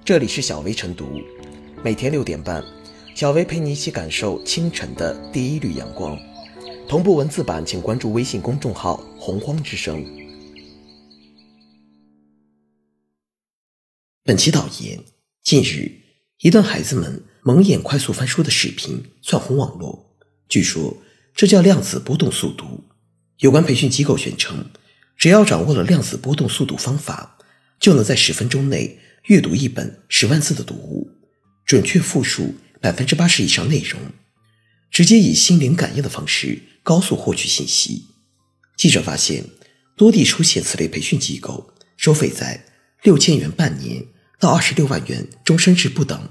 这里是小薇晨读，每天6点半，小薇陪你一起感受清晨的第一缕阳光。同步文字版请关注微信公众号洪荒之声。本期导言：近日，一段孩子们蒙眼快速翻书的视频窜红网络，据说这叫量子波动速读。有关培训机构宣称，只要掌握了量子波动速读方法，就能在10分钟内阅读一本10万字的读物，准确复述80%以上内容，直接以心灵感应的方式高速获取信息。记者发现，多地出现此类培训机构，收费在6000元半年到26万元终身制不等。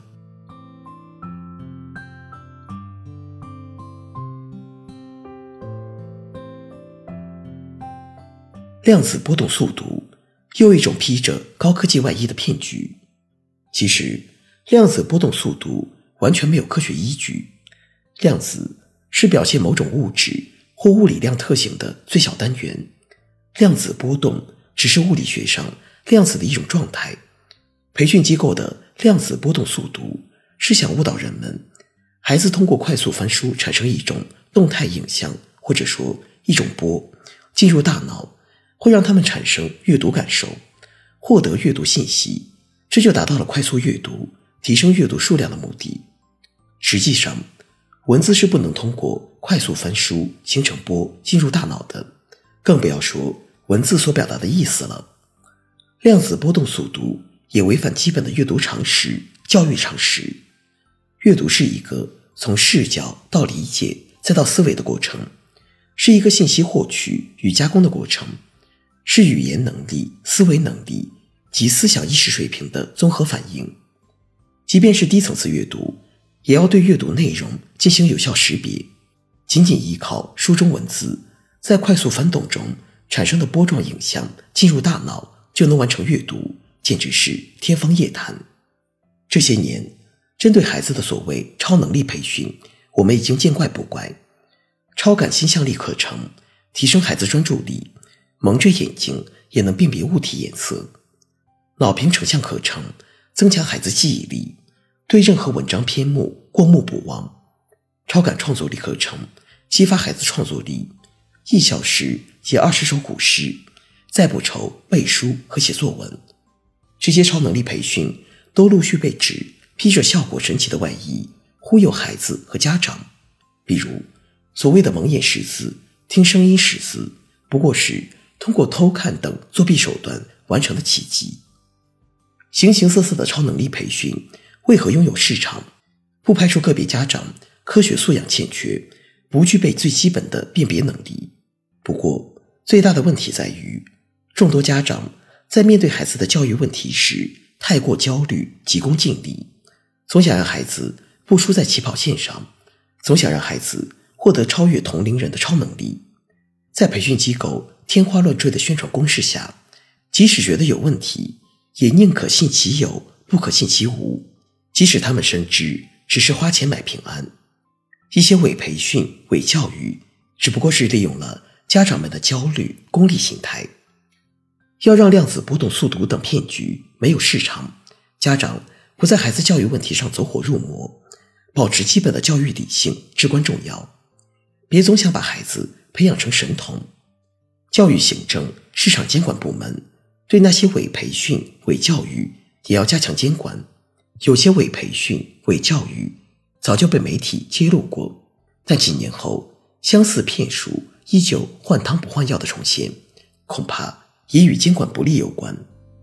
量子波动速读又一种披着高科技外衣的骗局。其实，量子波动速读完全没有科学依据。量子是表现某种物质或物理量特性的最小单元，量子波动只是物理学上量子的一种状态。培训机构的量子波动速读是想误导人们，孩子通过快速翻书产生一种动态影像，或者说一种波，进入大脑，会让他们产生阅读感受，获得阅读信息，这就达到了快速阅读、提升阅读数量的目的。实际上，文字是不能通过快速翻书形成波进入大脑的，更不要说文字所表达的意思了。量子波动速读也违反基本的阅读常识、教育常识。阅读是一个从视角到理解再到思维的过程，是一个信息获取与加工的过程，是语言能力、思维能力及思想意识水平的综合反应。即便是低层次阅读，也要对阅读内容进行有效识别。仅仅依靠书中文字在快速翻动中产生的波状影像进入大脑就能完成阅读，简直是天方夜谭。这些年，针对孩子的所谓超能力培训，我们已经见怪不怪。超感心象力课程提升孩子专注力，蒙着眼睛也能辨别物体颜色；脑屏成像课程增强孩子记忆力，对任何文章篇目过目不忘；超感创作力课程激发孩子创作力，1小时写20首古诗，再不愁背书和写作文。这些超能力培训都陆续被指披着效果神奇的外衣，忽悠孩子和家长。比如所谓的蒙眼识字、听声音识字，不过是通过偷看等作弊手段完成的奇迹。形形色色的超能力培训为何拥有市场？不排除个别家长科学素养欠缺，不具备最基本的辨别能力。不过最大的问题在于，众多家长在面对孩子的教育问题时太过焦虑、急功近利，总想让孩子不输在起跑线上，总想让孩子获得超越同龄人的超能力。在培训机构天花乱坠的宣传攻势下，即使觉得有问题，也宁可信其有，不可信其无，即使他们深知只是花钱买平安。一些伪培训、伪教育只不过是利用了家长们的焦虑、功利心态。要让量子波动速读等骗局没有市场，家长不在孩子教育问题上走火入魔，保持基本的教育理性至关重要。别总想把孩子培养成神童。教育行政、市场监管部门对那些伪培训、伪教育也要加强监管。有些伪培训、伪教育早就被媒体揭露过，但几年后相似骗术依旧换汤不换药的重现，恐怕也与监管不力有关。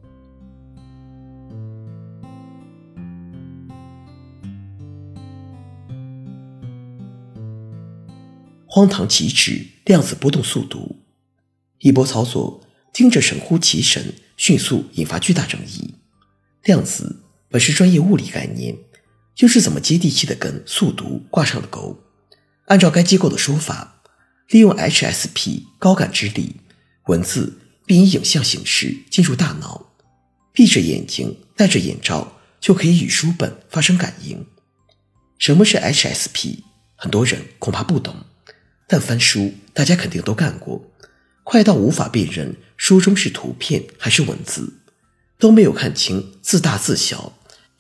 荒唐岂止量子波动速读，一波操作听着神乎其神，迅速引发巨大争议。量子本是专业物理概念，又是怎么接地气地跟速读挂上了钩？按照该机构的说法，利用 HSP 高感知力，文字并以影像形式进入大脑，闭着眼睛戴着眼罩就可以与书本发生感应。什么是 HSP？ 很多人恐怕不懂，但翻书大家肯定都干过，快到无法辨认书中是图片还是文字，都没有看清字大字小，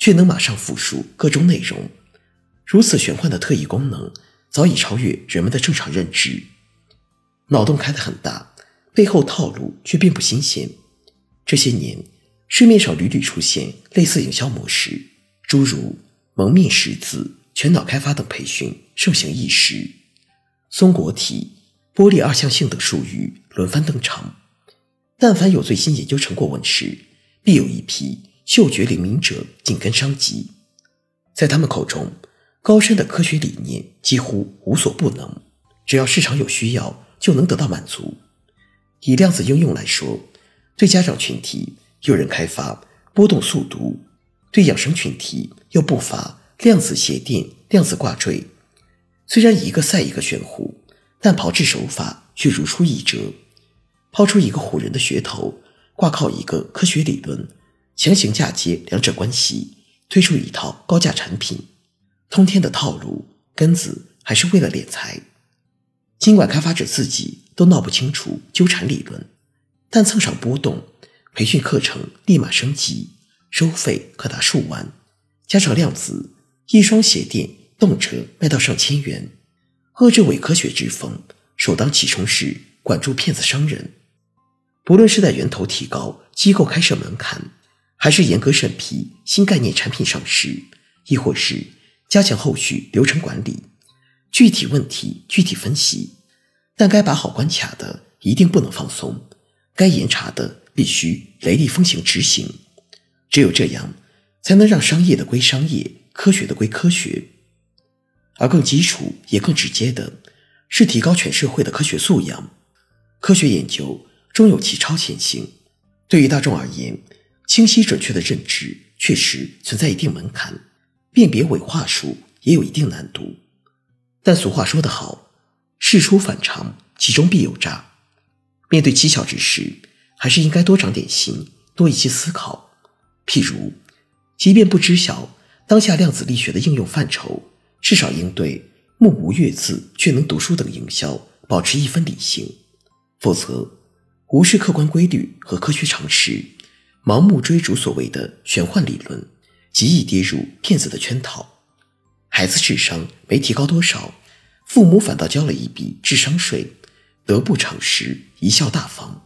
却能马上复述各种内容。如此玄幻的特异功能早已超越人们的正常认知。脑洞开得很大，背后套路却并不新鲜。这些年市面上屡屡出现类似营销模式，诸如蒙面识字、全脑开发等培训盛行一时，松果体、玻璃二象性等术语轮番登场。但凡有最新研究成果问世，必有一批嗅觉灵敏者紧跟商机。在他们口中，高深的科学理念几乎无所不能，只要市场有需要就能得到满足。以量子应用来说，对家长群体有人开发波动速读，对养生群体又不乏量子鞋垫、量子挂坠。虽然一个赛一个玄乎，但炮制手法却如出一辙，抛出一个唬人的噱头，挂靠一个科学理论，强行嫁接两者关系，推出一套高价产品。通天的套路，根子还是为了敛财。尽管开发者自己都闹不清楚纠缠理论，但蹭上波动，培训课程立马升级，收费可达数万，加上量子，一双鞋垫动辄卖到上千元。遏制伪科学之风，首当其冲是管住骗子商人。不论是在源头提高机构开设门槛，还是严格审批新概念产品上市，亦或是加强后续流程管理，具体问题具体分析，但该把好关卡的一定不能放松，该严查的必须雷厉风行执行。只有这样，才能让商业的归商业，科学的归科学。而更基础也更直接的是提高全社会的科学素养。科学研究终有其超前性，对于大众而言，清晰准确的认知确实存在一定门槛，辨别伪话术也有一定难度。但俗话说得好，事出反常，其中必有诈。面对蹊跷之事，还是应该多长点心，多一些思考。譬如，即便不知晓当下量子力学的应用范畴，至少应对目无阅字却能读书等营销保持一分理性，否则无视客观规律和科学常识，盲目追逐所谓的玄幻理论，极易跌入骗子的圈套。孩子智商没提高多少，父母反倒交了一笔智商税，得不偿失，贻笑大方。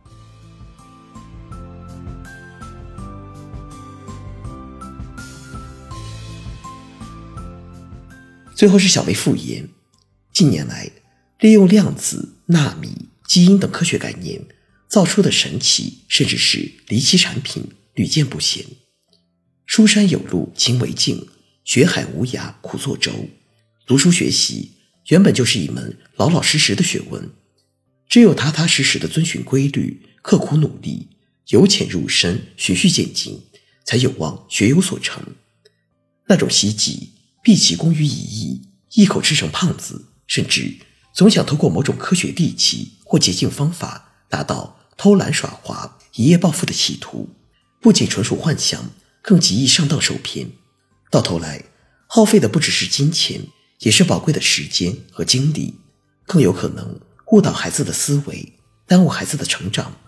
最后是小微复言，近年来利用量子、纳米、基因等科学概念造出的神奇甚至是离奇产品屡见不鲜。书山有路勤为径，学海无涯苦作舟。读书学习原本就是一门老老实实的学问，只有踏踏实实的遵循规律，刻苦努力，由浅入深，循序渐进，才有望学有所成。那种希冀毕其功于一役，一口吃成胖子，甚至总想透过某种科学利器或捷径方法达到偷懒耍滑、一夜暴富的企图，不仅纯属幻想，更极易上当受骗。到头来，耗费的不只是金钱，也是宝贵的时间和精力，更有可能误导孩子的思维，耽误孩子的成长。